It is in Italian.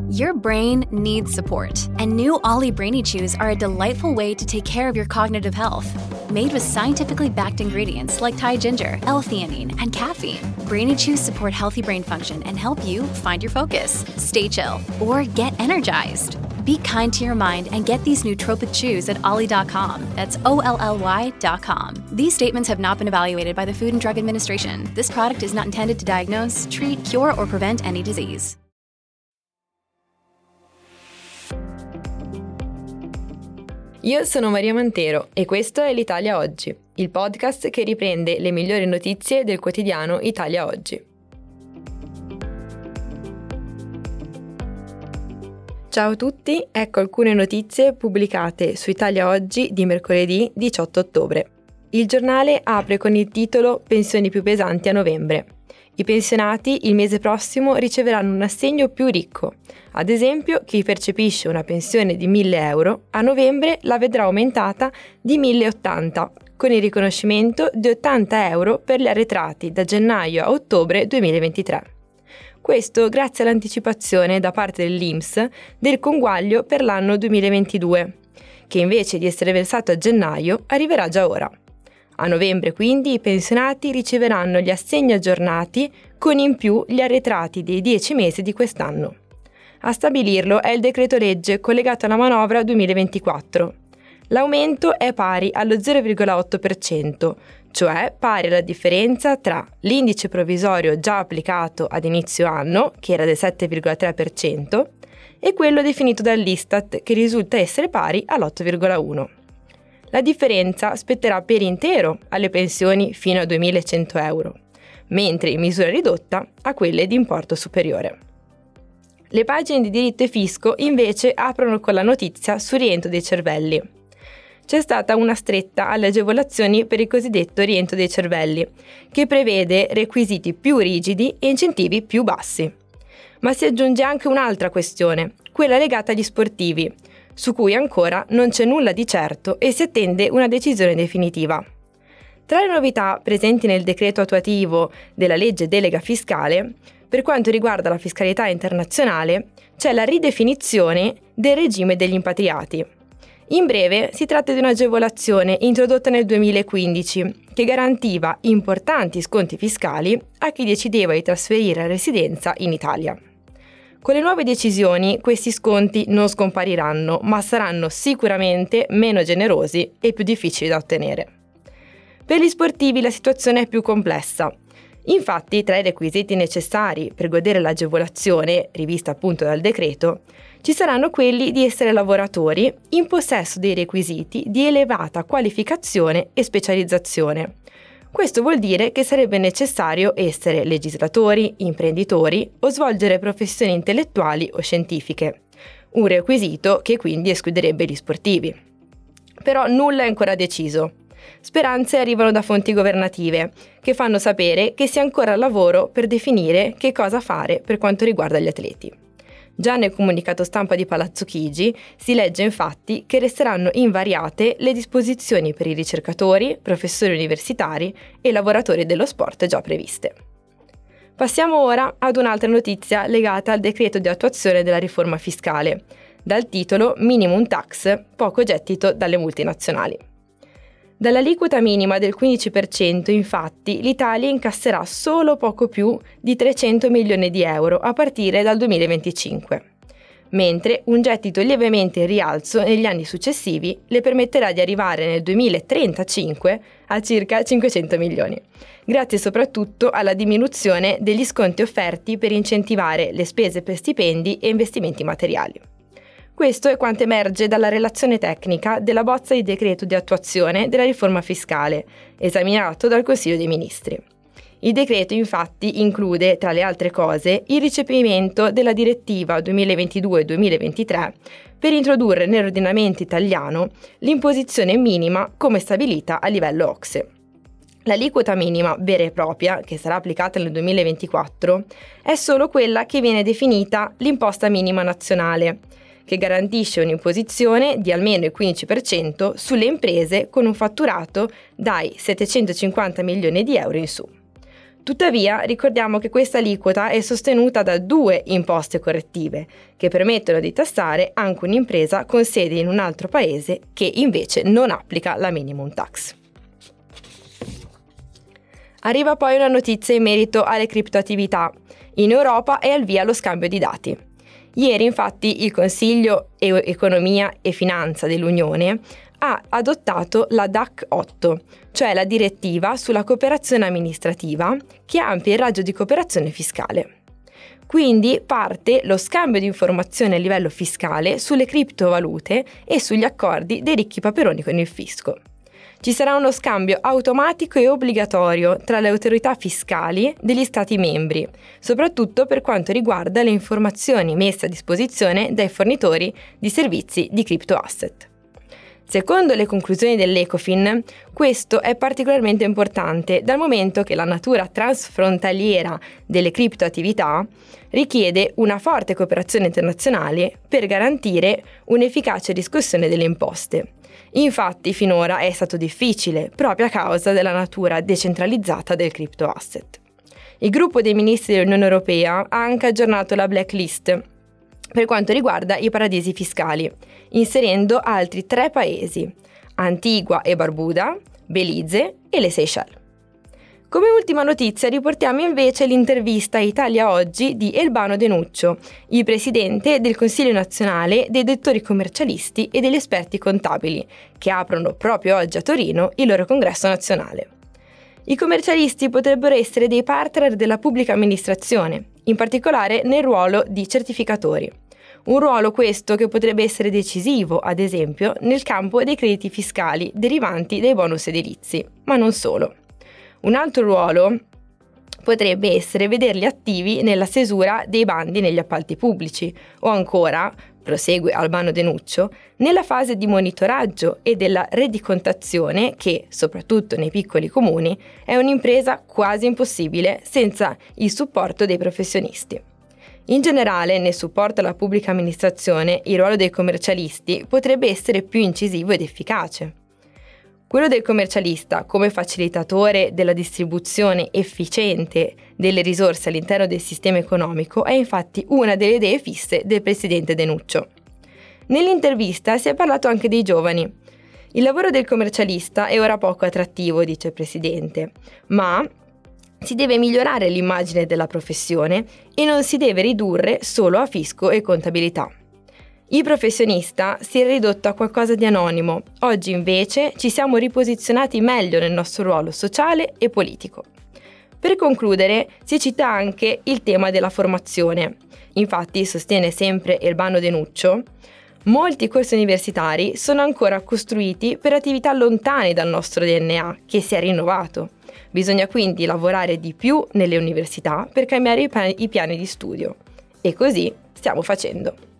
Your brain needs support, and new Ollie Brainy Chews are a delightful way to take care of your cognitive health. Made with scientifically backed ingredients like Thai ginger, L-theanine, and caffeine, Brainy Chews support healthy brain function and help you find your focus, stay chill, or get energized. Be kind to your mind and get these nootropic chews at ollie.com. That's OLLY.com. These statements have not been evaluated by the Food and Drug Administration. This product is not intended to diagnose, treat, cure, or prevent any disease. Io sono Maria Mantero e questo è l'Italia Oggi, il podcast che riprende le migliori notizie del quotidiano Italia Oggi. Ciao a tutti, ecco alcune notizie pubblicate su Italia Oggi di mercoledì 18 ottobre. Il giornale apre con il titolo Pensioni più pesanti a novembre. I pensionati il mese prossimo riceveranno un assegno più ricco. Ad esempio, chi percepisce una pensione di 1.000 euro a novembre la vedrà aumentata di 1.080, con il riconoscimento di 80 euro per gli arretrati da gennaio a ottobre 2023. Questo grazie all'anticipazione da parte dell'INPS del conguaglio per l'anno 2022, che invece di essere versato a gennaio arriverà già ora. A novembre quindi i pensionati riceveranno gli assegni aggiornati con in più gli arretrati dei 10 mesi di quest'anno. A stabilirlo è il decreto legge collegato alla manovra 2024. L'aumento è pari allo 0,8%, cioè pari alla differenza tra l'indice provvisorio già applicato ad inizio anno, che era del 7,3%, e quello definito dall'Istat, che risulta essere pari all'8,1%. La differenza spetterà per intero alle pensioni fino a 2.100 euro, mentre in misura ridotta a quelle di importo superiore. Le pagine di diritto e fisco invece aprono con la notizia sul rientro dei cervelli. C'è stata una stretta alle agevolazioni per il cosiddetto rientro dei cervelli, che prevede requisiti più rigidi e incentivi più bassi. Ma si aggiunge anche un'altra questione, quella legata agli sportivi, su cui ancora non c'è nulla di certo e si attende una decisione definitiva. Tra le novità presenti nel decreto attuativo della legge delega fiscale, per quanto riguarda la fiscalità internazionale, c'è la ridefinizione del regime degli impatriati. In breve, si tratta di un'agevolazione introdotta nel 2015 che garantiva importanti sconti fiscali a chi decideva di trasferire la residenza in Italia. Con le nuove decisioni questi sconti non scompariranno, ma saranno sicuramente meno generosi e più difficili da ottenere. Per gli sportivi la situazione è più complessa. Infatti, tra i requisiti necessari per godere l'agevolazione, rivista appunto dal decreto, ci saranno quelli di essere lavoratori in possesso dei requisiti di elevata qualificazione e specializzazione. Questo vuol dire che sarebbe necessario essere legislatori, imprenditori o svolgere professioni intellettuali o scientifiche, un requisito che quindi escluderebbe gli sportivi. Però nulla è ancora deciso. Speranze arrivano da fonti governative, che fanno sapere che sia ancora al lavoro per definire che cosa fare per quanto riguarda gli atleti. Già nel comunicato stampa di Palazzo Chigi si legge infatti che resteranno invariate le disposizioni per i ricercatori, professori universitari e lavoratori dello sport già previste. Passiamo ora ad un'altra notizia legata al decreto di attuazione della riforma fiscale, dal titolo Minimum Tax, poco gettito dalle multinazionali. Dall'aliquota minima del 15%, infatti, l'Italia incasserà solo poco più di 300 milioni di euro a partire dal 2025, mentre un gettito lievemente in rialzo negli anni successivi le permetterà di arrivare nel 2035 a circa 500 milioni, grazie soprattutto alla diminuzione degli sconti offerti per incentivare le spese per stipendi e investimenti materiali. Questo è quanto emerge dalla relazione tecnica della bozza di decreto di attuazione della riforma fiscale, esaminato dal Consiglio dei Ministri. Il decreto infatti include, tra le altre cose, il recepimento della direttiva 2022-2023 per introdurre nell'ordinamento italiano l'imposizione minima come stabilita a livello OCSE. L'aliquota minima vera e propria, che sarà applicata nel 2024, è solo quella che viene definita l'imposta minima nazionale, che garantisce un'imposizione di almeno il 15% sulle imprese con un fatturato dai 750 milioni di euro in su. Tuttavia, ricordiamo che questa aliquota è sostenuta da 2 imposte correttive, che permettono di tassare anche un'impresa con sede in un altro paese che invece non applica la minimum tax. Arriva poi una notizia in merito alle criptoattività. In Europa è al via lo scambio di dati. Ieri, infatti, il Consiglio Economia e Finanza dell'Unione ha adottato la DAC 8, cioè la direttiva sulla cooperazione amministrativa che amplia il raggio di cooperazione fiscale. Quindi parte lo scambio di informazioni a livello fiscale sulle criptovalute e sugli accordi dei ricchi paperoni con il fisco. Ci sarà uno scambio automatico e obbligatorio tra le autorità fiscali degli Stati membri, soprattutto per quanto riguarda le informazioni messe a disposizione dai fornitori di servizi di criptoasset. Secondo le conclusioni dell'Ecofin, questo è particolarmente importante dal momento che la natura transfrontaliera delle criptoattività richiede una forte cooperazione internazionale per garantire un'efficace riscossione delle imposte. Infatti, finora è stato difficile proprio a causa della natura decentralizzata del criptoasset. Il gruppo dei ministri dell'Unione Europea ha anche aggiornato la blacklist per quanto riguarda i paradisi fiscali, inserendo altri 3 paesi: Antigua e Barbuda, Belize e le Seychelles. Come ultima notizia riportiamo invece l'intervista a Italia Oggi di Elbano Denuccio, il presidente del Consiglio nazionale dei dottori commercialisti e degli esperti contabili, che aprono proprio oggi a Torino il loro congresso nazionale. I commercialisti potrebbero essere dei partner della pubblica amministrazione, in particolare nel ruolo di certificatori. Un ruolo questo che potrebbe essere decisivo, ad esempio, nel campo dei crediti fiscali derivanti dai bonus edilizi, ma non solo. Un altro ruolo potrebbe essere vederli attivi nella stesura dei bandi negli appalti pubblici o ancora, prosegue Albano Denuccio, nella fase di monitoraggio e della rendicontazione che, soprattutto nei piccoli comuni, è un'impresa quasi impossibile senza il supporto dei professionisti. In generale, nel supporto alla pubblica amministrazione, il ruolo dei commercialisti potrebbe essere più incisivo ed efficace. Quello del commercialista, come facilitatore della distribuzione efficiente delle risorse all'interno del sistema economico, è infatti una delle idee fisse del presidente Denuccio. Nell'intervista si è parlato anche dei giovani. Il lavoro del commercialista è ora poco attrattivo, dice il presidente, ma si deve migliorare l'immagine della professione e non si deve ridurre solo a fisco e contabilità. Il professionista si è ridotto a qualcosa di anonimo, oggi invece ci siamo riposizionati meglio nel nostro ruolo sociale e politico. Per concludere, si cita anche il tema della formazione. Infatti, sostiene sempre Elbano Denuccio, molti corsi universitari sono ancora costruiti per attività lontane dal nostro DNA, che si è rinnovato. Bisogna quindi lavorare di più nelle università per cambiare i piani di studio. E così stiamo facendo.